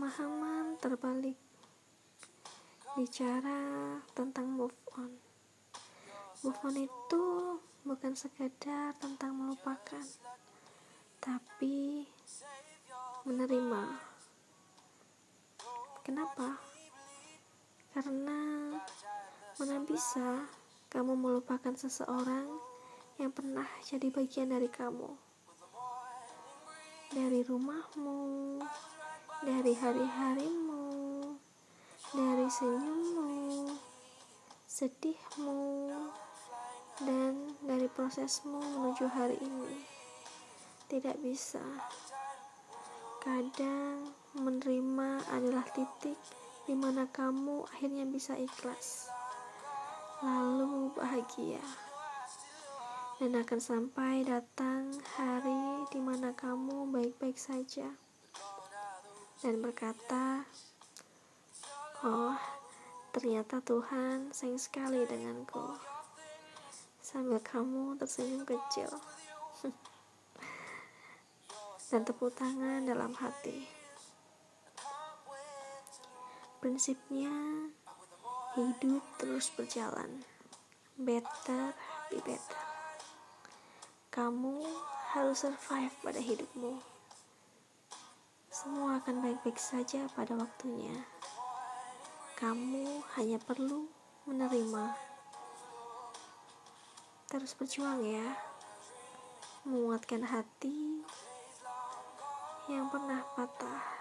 pemahaman terbalik. Bicara tentang move on. Move on itu bukan sekedar tentang melupakan, tapi menerima. Kenapa? Karena mana bisa kamu melupakan seseorang yang pernah jadi bagian dari kamu, dari rumahmu, dari hari-harimu, dari senyummu, sedihmu, dan dari prosesmu menuju hari ini. Tidak bisa. Kadang menerima adalah titik di mana kamu akhirnya bisa ikhlas, lalu bahagia. Dan akan sampai datang hari di mana kamu baik-baik saja dan berkata, "Oh, ternyata Tuhan sayang sekali denganku," sambil kamu tersenyum kecil dan tepuk tangan dalam hati. Prinsipnya, hidup terus berjalan. Better be better. Kamu harus survive pada hidupmu. Semua akan baik-baik saja pada waktunya. Kamu hanya perlu menerima. Terus berjuang ya, menguatkan hati yang pernah patah.